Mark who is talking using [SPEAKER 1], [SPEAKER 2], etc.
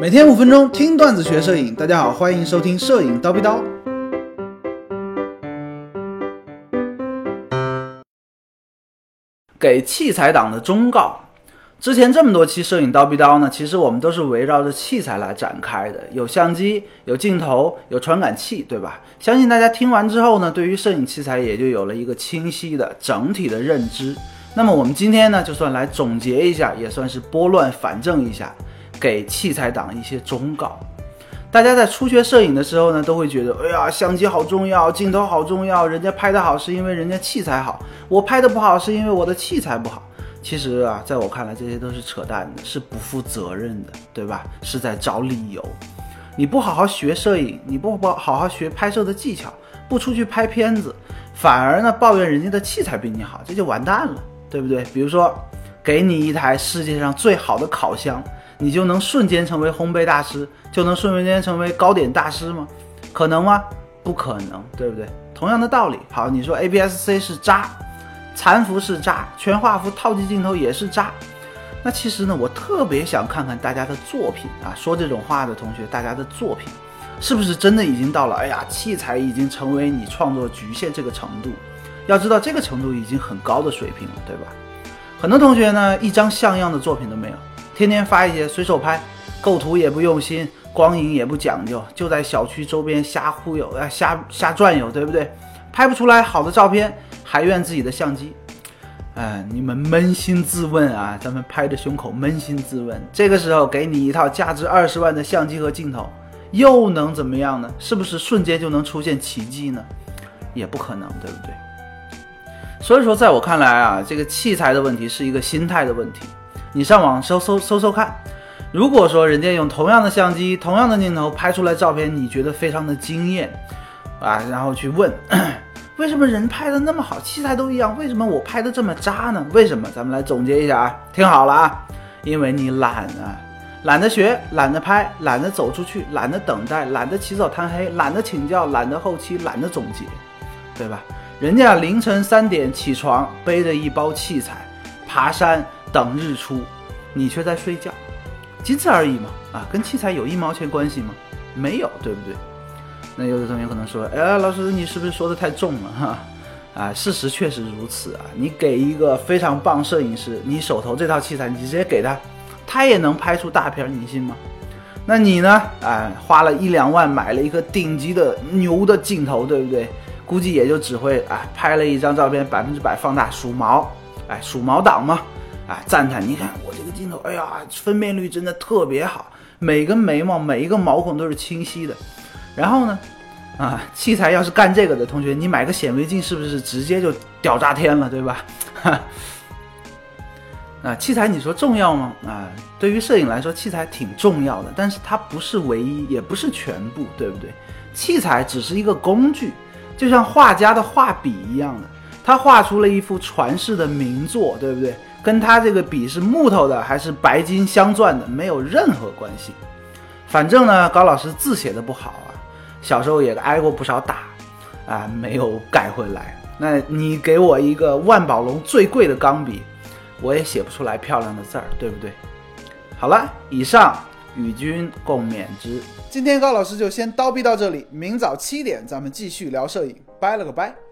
[SPEAKER 1] 每天5分钟听段子学摄影，大家好，欢迎收听摄影叨逼叨。给器材党的忠告。之前这么多期摄影叨逼叨呢，其实我们都是围绕着器材来展开的，有相机，有镜头，有传感器，对吧？相信大家听完之后呢，对于摄影器材也就有了一个清晰的整体的认知。那么我们今天呢，就算来总结一下，也算是拨乱反正一下，给器材党一些忠告。大家在初学摄影的时候呢，都会觉得，哎呀，相机好重要，镜头好重要，人家拍得好是因为人家器材好，我拍得不好是因为我的器材不好。其实啊，在我看来，这些都是扯淡的，是不负责任的，对吧？是在找理由。你不好好学摄影，你不好好学拍摄的技巧，不出去拍片子，反而呢抱怨人家的器材比你好，这就完蛋了，对不对？比如说，给你一台世界上最好的烤箱，你就能瞬间成为烘焙大师，就能瞬间成为糕点大师吗？可能吗？不可能，对不对？同样的道理，好，你说 APS-C 是渣，残幅是渣，全画幅套机镜头也是渣。那其实呢，我特别想看看大家的作品啊，说这种话的同学，大家的作品是不是真的已经到了，哎呀，器材已经成为你创作局限这个程度？要知道这个程度已经很高的水平了，对吧？很多同学呢，一张像样的作品都没有，天天发一些随手拍，构图也不用心，光影也不讲究，就在小区周边瞎忽悠，瞎转悠，对不对？拍不出来好的照片，还怨自己的相机。你们扪心自问啊，咱们拍着胸口扪心自问，这个时候给你一套价值20万的相机和镜头，又能怎么样呢？是不是瞬间就能出现奇迹呢？也不可能，对不对？所以说在我看来啊，这个器材的问题是一个心态的问题。你上网搜看，如果说人家用同样的相机同样的镜头拍出来照片，你觉得非常的惊艳啊，然后去问为什么人拍的那么好，器材都一样，为什么我拍的这么渣呢？为什么？咱们来总结一下啊，听好了啊，因为你懒啊，懒得学，懒得拍，懒得走出去，懒得等待，懒得起早贪黑，懒得请教，懒得后期，懒得总结，对吧？人家凌晨3点起床，背着一包器材爬山等日出，你却在睡觉，仅此而已嘛。啊，跟器材有1毛钱关系吗？没有，对不对？那有的同学可能说，哎，老师你是不是说的太重了哈？事实确实如此啊。你给一个非常棒摄影师，你手头这套器材你直接给他，他也能拍出大片，你信吗？那你呢？花了1-2万买了一个顶级的牛的镜头，对不对？估计也就只会拍了一张照片100%放大数毛，数毛党嘛，赞叹你看我这个镜头，哎呀，分辨率真的特别好，每根眉毛每一个毛孔都是清晰的。然后呢，器材要是干这个的同学，你买个显微镜是不是直接就屌炸天了，对吧？器材你说重要吗？对于摄影来说，器材挺重要的，但是它不是唯一，也不是全部，对不对？器材只是一个工具，就像画家的画笔一样的，他画出了一幅传世的名作，对不对？跟他这个笔是木头的还是白金镶钻的没有任何关系。反正呢，高老师字写的不好啊，小时候也挨过不少打没有改回来。那你给我一个万宝龙最贵的钢笔，我也写不出来漂亮的字儿，对不对？好了，以上与君共勉之。今天高老师就先叨逼到这里，明早7点咱们继续聊摄影，拜了个拜。